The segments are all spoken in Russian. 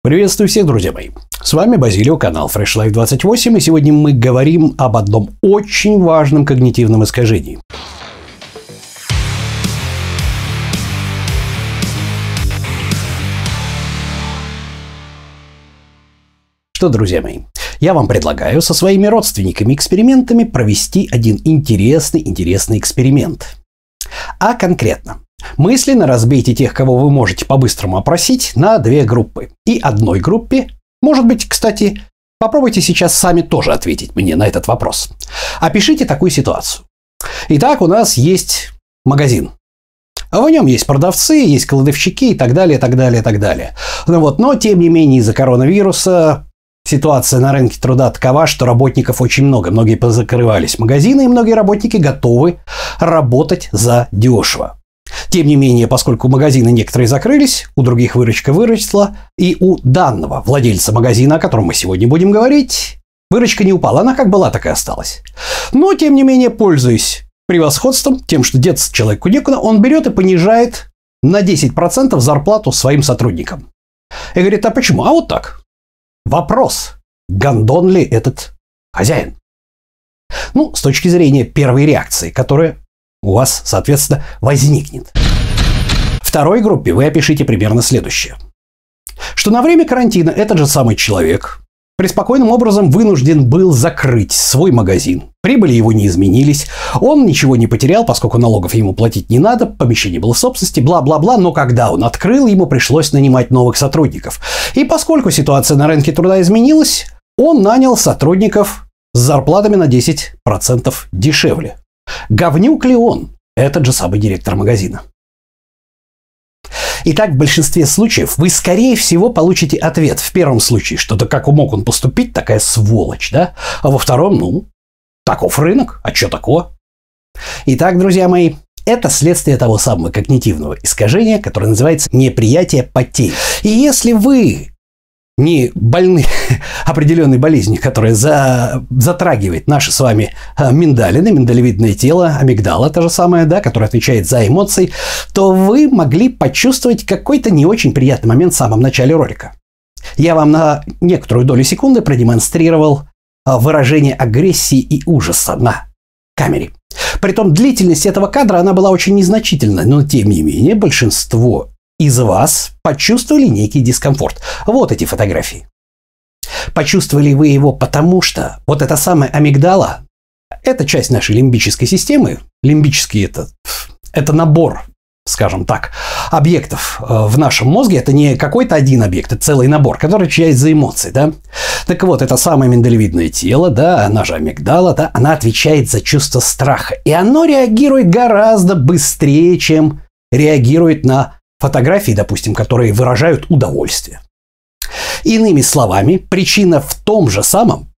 Приветствую всех, друзья мои. С вами Базилио, канал Fresh Life 28, и сегодня мы говорим об одном очень важном когнитивном искажении. Что, друзья мои, я вам предлагаю со своими родственниками-экспериментами провести один интересный эксперимент. А конкретно, мысленно разбейте тех, кого вы можете по-быстрому опросить, на две группы. И одной группе, может быть, кстати, попробуйте сейчас сами тоже ответить мне на этот вопрос. Опишите такую ситуацию. Итак, у нас есть магазин. В нем есть продавцы, есть кладовщики и так далее, так далее, так далее. Но тем не менее, из-за коронавируса ситуация на рынке труда такова, что работников очень много. Многие позакрывались магазины, и многие работники готовы работать за дешево. Тем не менее, поскольку магазины некоторые закрылись, у других выручка выросла, и у данного владельца магазина, о котором мы сегодня будем говорить, выручка не упала, она как была, так и осталась. Но, тем не менее, пользуясь превосходством, тем, что деться человеку некуда, он берет и понижает на 10% зарплату своим сотрудникам. И говорит, а почему? А вот так. Вопрос, гондон ли этот хозяин? С точки зрения первой реакции, которая у вас, соответственно, возникнет. Второй группе вы опишите примерно следующее. Что на время карантина этот же самый человек преспокойным образом вынужден был закрыть свой магазин. Прибыли его не изменились, он ничего не потерял, поскольку налогов ему платить не надо, помещение было в собственности, бла-бла-бла, но когда он открыл, ему пришлось нанимать новых сотрудников. И поскольку ситуация на рынке труда изменилась, он нанял сотрудников с зарплатами на 10% дешевле. Говнюк ли он, этот же самый директор магазина? Итак, в большинстве случаев вы, скорее всего, получите ответ. В первом случае, что да как мог он поступить, такая сволочь, да? А во втором, таков рынок, а чё такого? Итак, друзья мои, это следствие того самого когнитивного искажения, которое называется неприятие потерь. И если вы не больны определенной болезнью, которая затрагивает наши с вами миндалины, миндалевидное тело, амигдала, та же самая, да, которая отвечает за эмоции, то вы могли почувствовать какой-то не очень приятный момент в самом начале ролика. Я вам на некоторую долю секунды продемонстрировал выражение агрессии и ужаса на камере. Притом длительность этого кадра, она была очень незначительна, но тем не менее большинство из вас почувствовали некий дискомфорт. Вот эти фотографии. Почувствовали вы его потому, что вот эта самая амигдала – это часть нашей лимбической системы. Лимбический – это набор, скажем так, объектов в нашем мозге. Это не какой-то один объект, это целый набор, который отвечает за эмоции. Да? Так вот, это самое миндалевидное тело, да, она же амигдала, да, она отвечает за чувство страха. И оно реагирует гораздо быстрее, чем реагирует на фотографии, допустим, которые выражают удовольствие. Иными словами, причина в том же самом,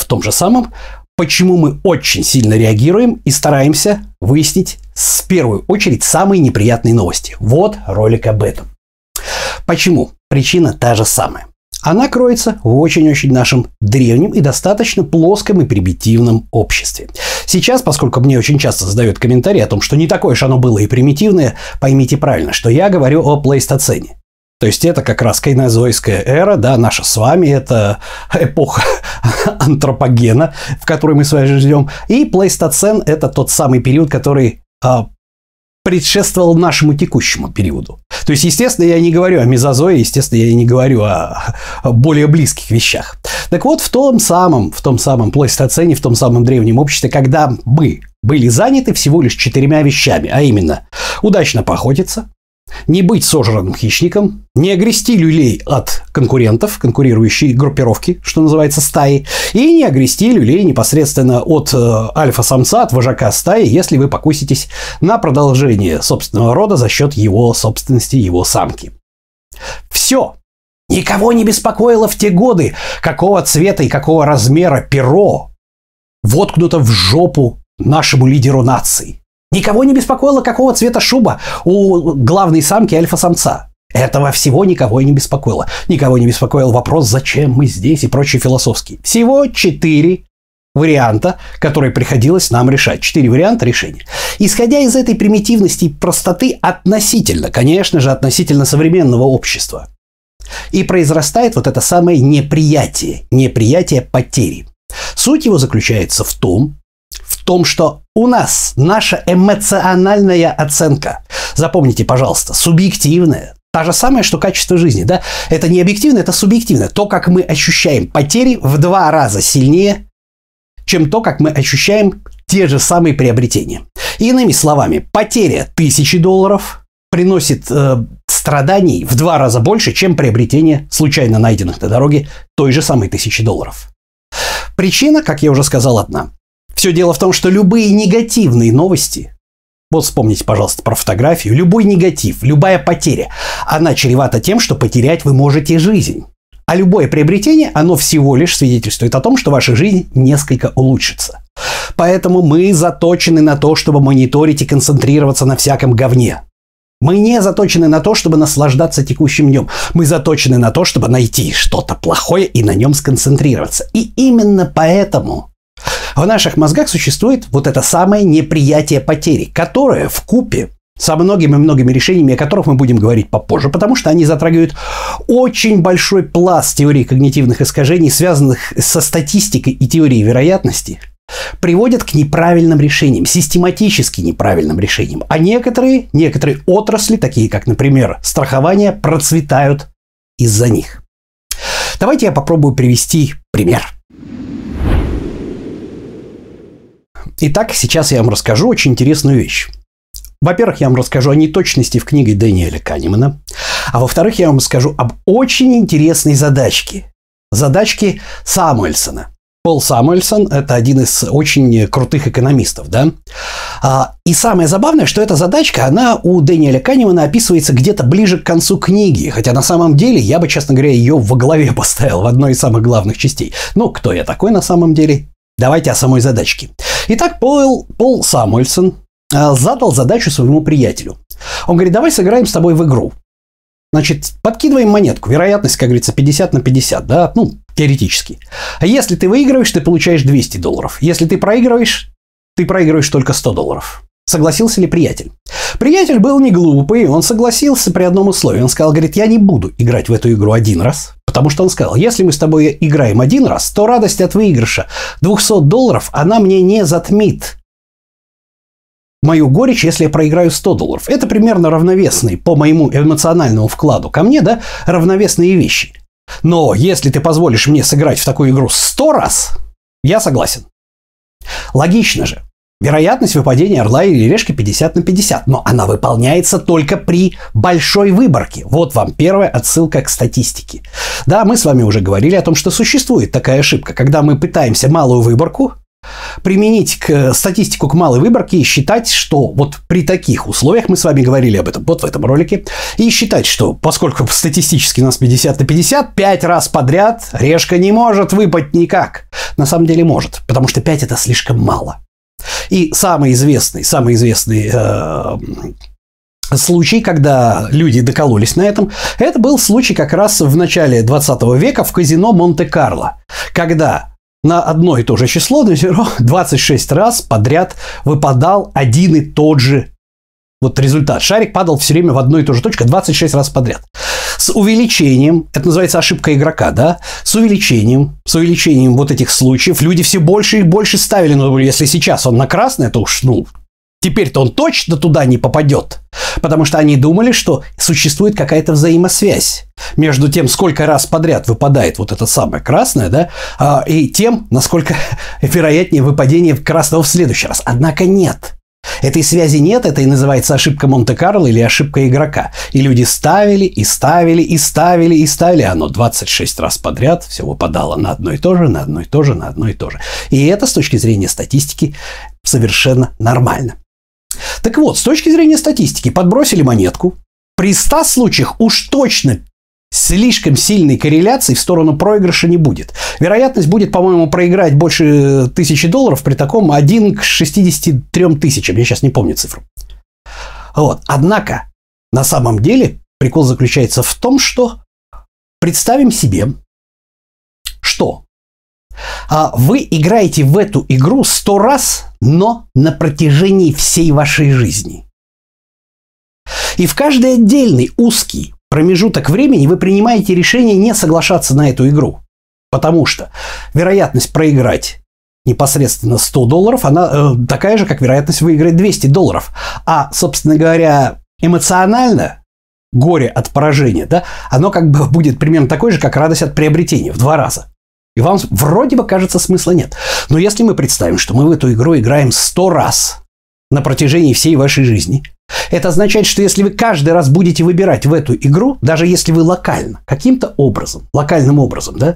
почему мы очень сильно реагируем и стараемся выяснить в первую очередь самые неприятные новости. Вот ролик об этом. Почему? Причина та же самая. Она кроется в очень-очень нашем древнем и достаточно плоском и примитивном обществе. Сейчас, поскольку мне очень часто задают комментарии о том, что не такое уж оно было и примитивное, поймите правильно, что я говорю о плейстоцене. То есть это как раз кайнозойская эра, да, наша с вами, это эпоха антропогена, в которой мы с вами живем. И плейстоцен – это тот самый период, который предшествовал нашему текущему периоду. То есть, естественно, я не говорю о мезозое, естественно, я не говорю о более близких вещах. Так вот, в том самом плейстоцене, в том самом древнем обществе, когда мы были заняты всего лишь 4 вещами, а именно удачно поохотиться, не быть сожранным хищником, не огрести люлей от конкурентов, конкурирующей группировки, что называется, стаи, и не огрести люлей непосредственно от альфа-самца, от вожака стаи, если вы покуситесь на продолжение собственного рода за счет его собственности, его самки. Все. Никого не беспокоило в те годы, какого цвета и какого размера перо воткнуто в жопу нашему лидеру нации. Никого не беспокоило, какого цвета шуба у главной самки альфа-самца. Этого всего никого и не беспокоило. Никого не беспокоил вопрос, зачем мы здесь и прочие философские. Всего 4 варианта, которые приходилось нам решать. 4 варианта решения. Исходя из этой примитивности и простоты относительно, конечно же, относительно современного общества, И произрастает вот это самое неприятие потери. Суть его заключается в том, что у нас наша эмоциональная оценка, запомните, пожалуйста, субъективная, та же самая, что качество жизни, да? Это не объективно, это субъективно. То, как мы ощущаем потери, в 2 раза сильнее, чем то, как мы ощущаем те же самые приобретения. Иными словами, потеря $1000 приносит страданий в 2 раза больше, чем приобретение случайно найденных на дороге той же самой $1000. Причина, как я уже сказал, одна. Все дело в том, что любые негативные новости, вот вспомните, пожалуйста, про фотографию, любой негатив, любая потеря, она чревата тем, что потерять вы можете жизнь. А любое приобретение, оно всего лишь свидетельствует о том, что ваша жизнь несколько улучшится. Поэтому мы заточены на то, чтобы мониторить и концентрироваться на всяком говне. Мы не заточены на то, чтобы наслаждаться текущим днем. Мы заточены на то, чтобы найти что-то плохое и на нем сконцентрироваться. И именно поэтому в наших мозгах существует вот это самое неприятие потери, которое вкупе со многими решениями, о которых мы будем говорить попозже, потому что они затрагивают очень большой пласт теории когнитивных искажений, связанных со статистикой и теорией вероятности, приводят к неправильным решениям, систематически неправильным решениям. А некоторые отрасли, такие как, например, страхование, процветают из-за них. Давайте я попробую привести пример. Итак, сейчас я вам расскажу очень интересную вещь. Во-первых, я вам расскажу о неточности в книге Дэниеля Канемана, а во-вторых, я вам расскажу об очень интересной задачке. Задачке Самуэльсона. Пол Самуэльсон – это один из очень крутых экономистов, да? И самое забавное, что эта задачка, она у Дэниеля Канемана описывается где-то ближе к концу книги, хотя на самом деле я бы, честно говоря, ее во главе поставил, в одной из самых главных частей. Ну, кто я такой на самом деле? Давайте о самой задачке. Итак, Пол Самуэльсон задал задачу своему приятелю. Он говорит, давай сыграем с тобой в игру. Значит, подкидываем монетку. Вероятность, как говорится, 50 на 50, да, ну, теоретически. А если ты выигрываешь, ты получаешь $200. Если ты проигрываешь только $100. Согласился ли приятель? Приятель был не глупый, он согласился при одном условии. Он сказал, говорит, я не буду играть в эту игру один раз. Потому что он сказал, если мы с тобой играем один раз, то радость от выигрыша $200, она мне не затмит мою горечь, если я проиграю $100. Это примерно равновесные по моему эмоциональному вкладу ко мне, да, равновесные вещи. Но если ты позволишь мне сыграть в такую игру 100 раз, я согласен. Логично же. Вероятность выпадения орла или решки 50 на 50, но она выполняется только при большой выборке. Вот вам первая отсылка к статистике. Да, мы с вами уже говорили о том, что существует такая ошибка, когда мы пытаемся малую выборку применить статистику к малой выборке и считать, что вот при таких условиях, мы с вами говорили об этом вот в этом ролике, и считать, что поскольку статистически у нас 50 на 50, 5 раз подряд решка не может выпасть никак. На самом деле может, потому что 5 это слишком мало. И самый известный случай, когда люди докололись на этом, это был случай как раз в начале 20 века в казино Монте-Карло, когда на одно и то же число 26 раз подряд выпадал один и тот же вот результат. Шарик падал все время в одну и ту же точку 26 раз подряд. С увеличением, это называется ошибка игрока, да, с увеличением вот этих случаев люди все больше и больше ставили, ну, если сейчас он на красное, то уж, ну, теперь-то он точно туда не попадет. Потому что они думали, что существует какая-то взаимосвязь между тем, сколько раз подряд выпадает вот это самое красное, да, и тем, насколько вероятнее выпадение красного в следующий раз. Однако нет. Этой связи нет, это и называется ошибка Монте-Карло или ошибка игрока. И люди ставили, и ставили, и ставили, и ставили. Оно 26 раз подряд все выпадало на одно и то же, на одно и то же, на одно и то же. И это с точки зрения статистики совершенно нормально. Так вот, с точки зрения статистики, подбросили монетку. При 100 случаях уж точно слишком сильной корреляции в сторону проигрыша не будет. Вероятность будет, по-моему, проиграть больше $1000 при таком 1 к 63 тысячам. Я сейчас не помню цифру. Вот. Однако, на самом деле, прикол заключается в том, что представим себе, что вы играете в эту игру 100 раз, но на протяжении всей вашей жизни. И в каждый отдельный узкий промежуток времени вы принимаете решение не соглашаться на эту игру. Потому что вероятность проиграть непосредственно $100, она такая же, как вероятность выиграть $200. А, собственно говоря, эмоционально горе от поражения, да, оно как бы будет примерно такое же, как радость от приобретения в 2 раза. И вам вроде бы кажется смысла нет. Но если мы представим, что мы в эту игру играем 100 раз на протяжении всей вашей жизни, это означает, что если вы каждый раз будете выбирать в эту игру, даже если вы локально, каким-то образом, локальным образом, да,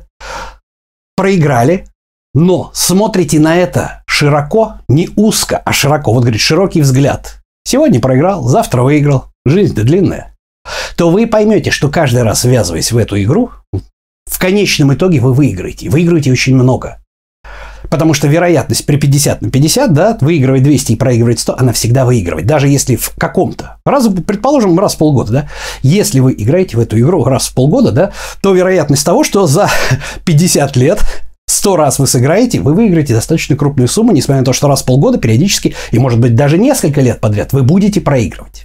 проиграли, но смотрите на это широко, не узко, а широко, вот говорит, широкий взгляд. Сегодня проиграл, завтра выиграл, жизнь-то длинная. То вы поймете, что каждый раз, ввязываясь в эту игру, в конечном итоге вы выиграете. Выиграете очень много. Потому что вероятность при 50 на 50, да, выигрывать 200 и проигрывать 100, она всегда выигрывает. Даже если в каком-то, предположим, раз в полгода, да, если вы играете в эту игру раз в полгода, да, то вероятность того, что за 50 лет 100 раз вы сыграете, вы выиграете достаточно крупную сумму, несмотря на то, что раз в полгода периодически, и может быть даже несколько лет подряд, вы будете проигрывать.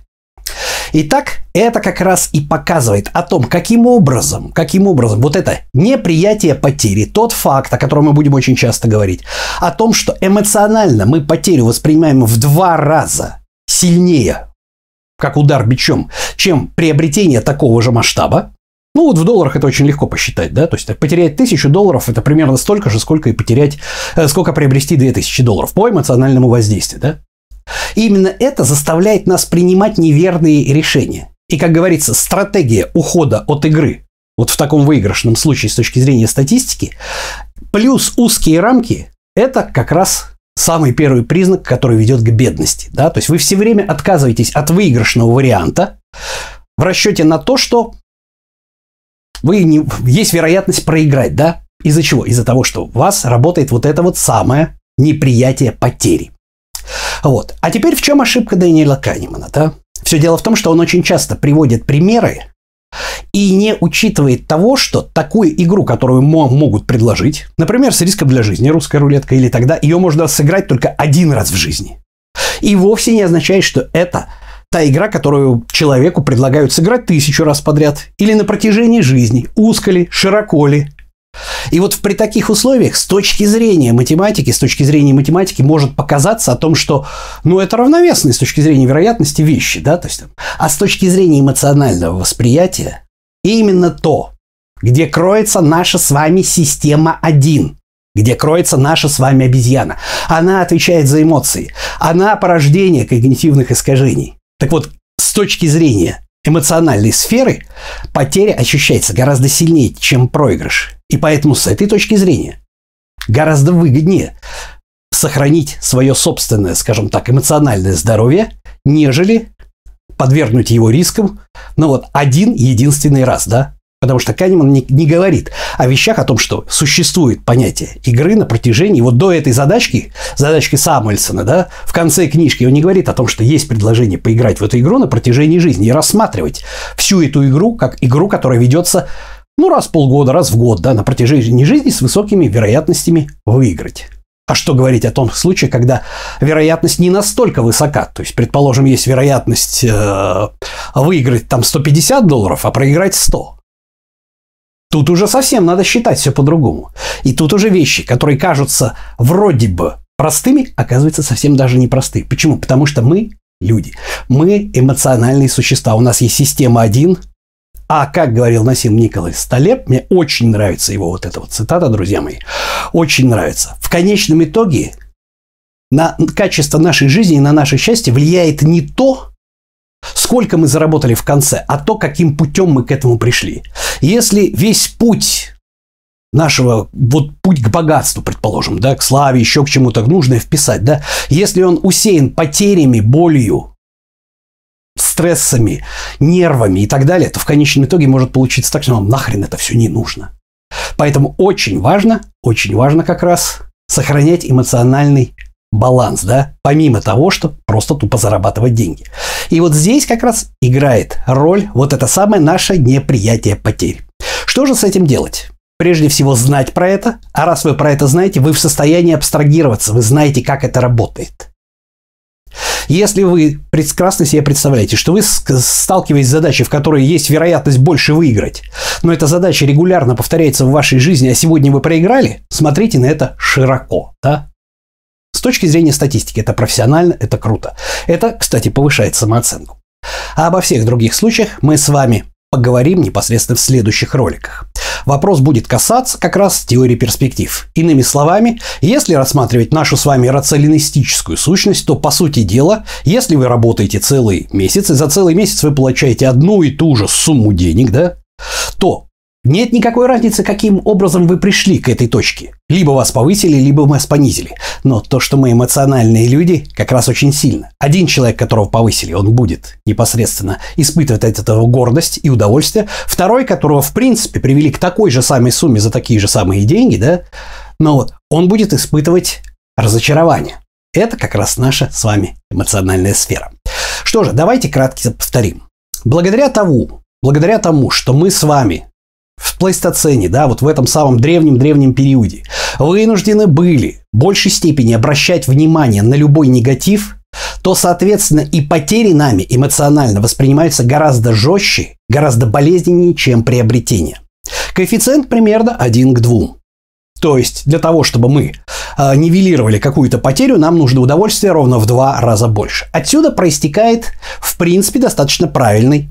Итак, это как раз и показывает о том, каким образом вот это неприятие потери, тот факт, о котором мы будем очень часто говорить, о том, что эмоционально мы потерю воспринимаем в 2 раза сильнее, как удар бичом, чем приобретение такого же масштаба. Ну вот в долларах это очень легко посчитать, да, то есть потерять $1000 это примерно столько же, сколько приобрести $2000 по эмоциональному воздействию, да. И именно это заставляет нас принимать неверные решения. И, как говорится, стратегия ухода от игры, вот в таком выигрышном случае с точки зрения статистики, плюс узкие рамки – это как раз самый первый признак, который ведет к бедности. Да? То есть вы все время отказываетесь от выигрышного варианта в расчете на то, что есть вероятность проиграть. Да? Из-за чего? Из-за того, что у вас работает вот это вот самое неприятие потери. Вот. А теперь в чем ошибка Дэниела Канемана? Да? Все дело в том, что он очень часто приводит примеры и не учитывает того, что такую игру, которую могут предложить, например, с риском для жизни, русская рулетка или тогда, ее можно сыграть только 1 раз в жизни. И вовсе не означает, что это та игра, которую человеку предлагают сыграть 1000 раз подряд или на протяжении жизни, узко ли, широко ли. И вот при таких условиях с точки зрения математики может показаться о том, что это равновесные с точки зрения вероятности вещи, да, то есть, а с точки зрения эмоционального восприятия именно то, где кроется наша с вами система 1, где кроется наша с вами обезьяна. Она отвечает за эмоции, она порождение когнитивных искажений. Так вот, с точки зрения эмоциональной сферы потеря ощущается гораздо сильнее, чем проигрыш. И поэтому с этой точки зрения гораздо выгоднее сохранить свое собственное, скажем так, эмоциональное здоровье, нежели подвергнуть его рискам, один единственный раз, да? Потому что Канеман не говорит о вещах, о том, что существует понятие игры на протяжении, вот до этой задачки Самуэльсона, да, в конце книжки он не говорит о том, что есть предложение поиграть в эту игру на протяжении жизни и рассматривать всю эту игру как игру, которая ведется, раз в полгода, раз в год, да, на протяжении жизни с высокими вероятностями выиграть. А что говорить о том случае, когда вероятность не настолько высока? То есть, предположим, есть вероятность выиграть там $150, а проиграть 100. Тут уже совсем надо считать все по-другому. И тут уже вещи, которые кажутся вроде бы простыми, оказываются совсем даже непростые. Почему? Потому что мы люди. Мы эмоциональные существа. У нас есть система 1. А как говорил Насим Николаевич Талеб, мне очень нравится его вот эта вот цитата, друзья мои. Очень нравится. В конечном итоге на качество нашей жизни и на наше счастье влияет не то, сколько мы заработали в конце, а то, каким путем мы к этому пришли. Если весь путь нашего, путь к богатству, предположим, да, к славе, еще к чему-то нужное вписать, да, если он усеян потерями, болью, стрессами, нервами и так далее, то в конечном итоге может получиться так, что нам нахрен это все не нужно. Поэтому очень важно как раз сохранять эмоциональный баланс, да, помимо того, что просто тупо зарабатывать деньги. И вот здесь как раз играет роль вот это самое наше неприятие потерь. Что же с этим делать? Прежде всего знать про это, а раз вы про это знаете, вы в состоянии абстрагироваться, вы знаете, как это работает. Если вы прекрасно себе представляете, что вы сталкиваетесь с задачей, в которой есть вероятность больше выиграть, но эта задача регулярно повторяется в вашей жизни, а сегодня вы проиграли, смотрите на это широко, да? С точки зрения статистики, это профессионально, это круто. Это, кстати, повышает самооценку. А обо всех других случаях мы с вами поговорим непосредственно в следующих роликах. Вопрос будет касаться как раз теории перспектив. Иными словами, если рассматривать нашу с вами рационалистическую сущность, то, по сути дела, если вы работаете целый месяц, и за целый месяц вы получаете одну и ту же сумму денег, да, то нет никакой разницы, каким образом вы пришли к этой точке. Либо вас повысили, либо вас понизили. Но то, что мы эмоциональные люди, как раз очень сильно. Один человек, которого повысили, он будет непосредственно испытывать от этого гордость и удовольствие. Второй, которого, в принципе, привели к такой же самой сумме за такие же самые деньги, да, но вот он будет испытывать разочарование. Это как раз наша с вами эмоциональная сфера. Что же, давайте кратко повторим. Благодаря тому, что мы с вами в плейстоцене, да, вот в этом самом древнем периоде, вынуждены были в большей степени обращать внимание на любой негатив, то, соответственно, и потери нами эмоционально воспринимаются гораздо жестче, гораздо болезненнее, чем приобретение. Коэффициент примерно 1 к 2. То есть, для того, чтобы мы нивелировали какую-то потерю, нам нужно удовольствие ровно в 2 раза больше. Отсюда проистекает, в принципе, достаточно правильный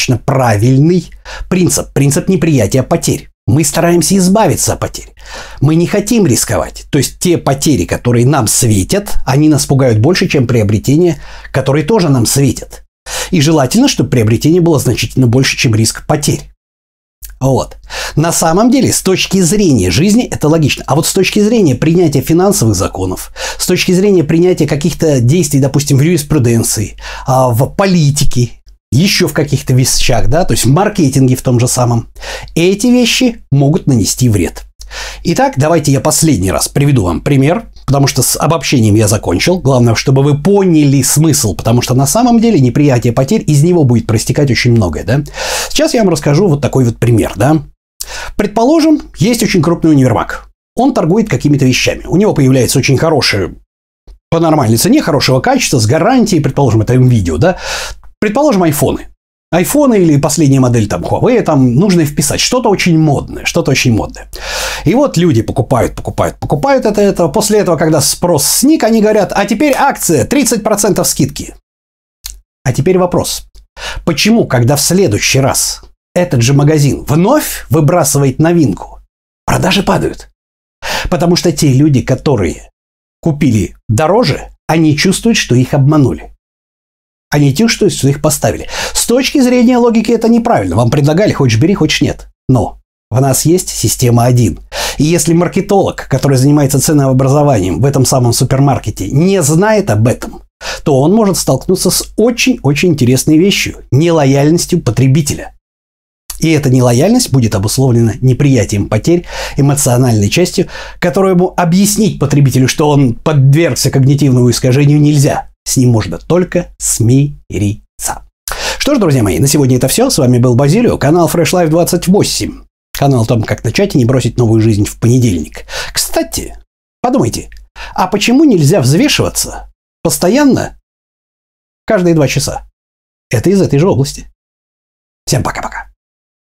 принцип неприятия потерь. Мы стараемся избавиться от потерь. Мы не хотим рисковать. То есть, те потери, которые нам светят, они нас пугают больше, чем приобретения, которые тоже нам светят. И желательно, чтобы приобретение было значительно больше, чем риск потерь. Вот. На самом деле, с точки зрения жизни это логично. А вот с точки зрения принятия финансовых законов, с точки зрения принятия каких-то действий, допустим, в юриспруденции, в политике, еще в каких-то вещах, да, то есть в маркетинге в том же самом, эти вещи могут нанести вред. Итак, давайте я последний раз приведу вам пример, потому что с обобщением я закончил. Главное, чтобы вы поняли смысл, потому что на самом деле неприятие потерь, из него будет проистекать очень многое, да. Сейчас я вам расскажу вот такой вот пример, да. Предположим, есть очень крупный универмаг. Он торгует какими-то вещами. У него появляется очень хорошее, по нормальной цене, хорошего качества, с гарантией, предположим, это видео, да. Предположим, айфоны. Айфоны или последняя модель там Huawei, там нужно вписать что-то очень модное, И вот люди покупают это. После этого, когда спрос сник, они говорят, а теперь акция, 30% скидки. А теперь вопрос. Почему, когда в следующий раз этот же магазин вновь выбрасывает новинку, продажи падают? Потому что те люди, которые купили дороже, они чувствуют, что их обманули. Они чувствуют, что их поставили. С точки зрения логики это неправильно. Вам предлагали, хочешь бери, хочешь нет. Но в нас есть система 1. И если маркетолог, который занимается ценообразованием в этом самом супермаркете, не знает об этом, то он может столкнуться с очень-очень интересной вещью – нелояльностью потребителя. И эта нелояльность будет обусловлена неприятием потерь, эмоциональной частью, которую ему объяснить потребителю, что он подвергся когнитивному искажению, нельзя. С ним можно только смириться. Что ж, друзья мои, на сегодня это все. С вами был Базилио, канал Fresh Life 28. Канал о том, как начать и не бросить новую жизнь в понедельник. Кстати, подумайте, а почему нельзя взвешиваться постоянно каждые 2 часа? Это из этой же области. Всем пока-пока.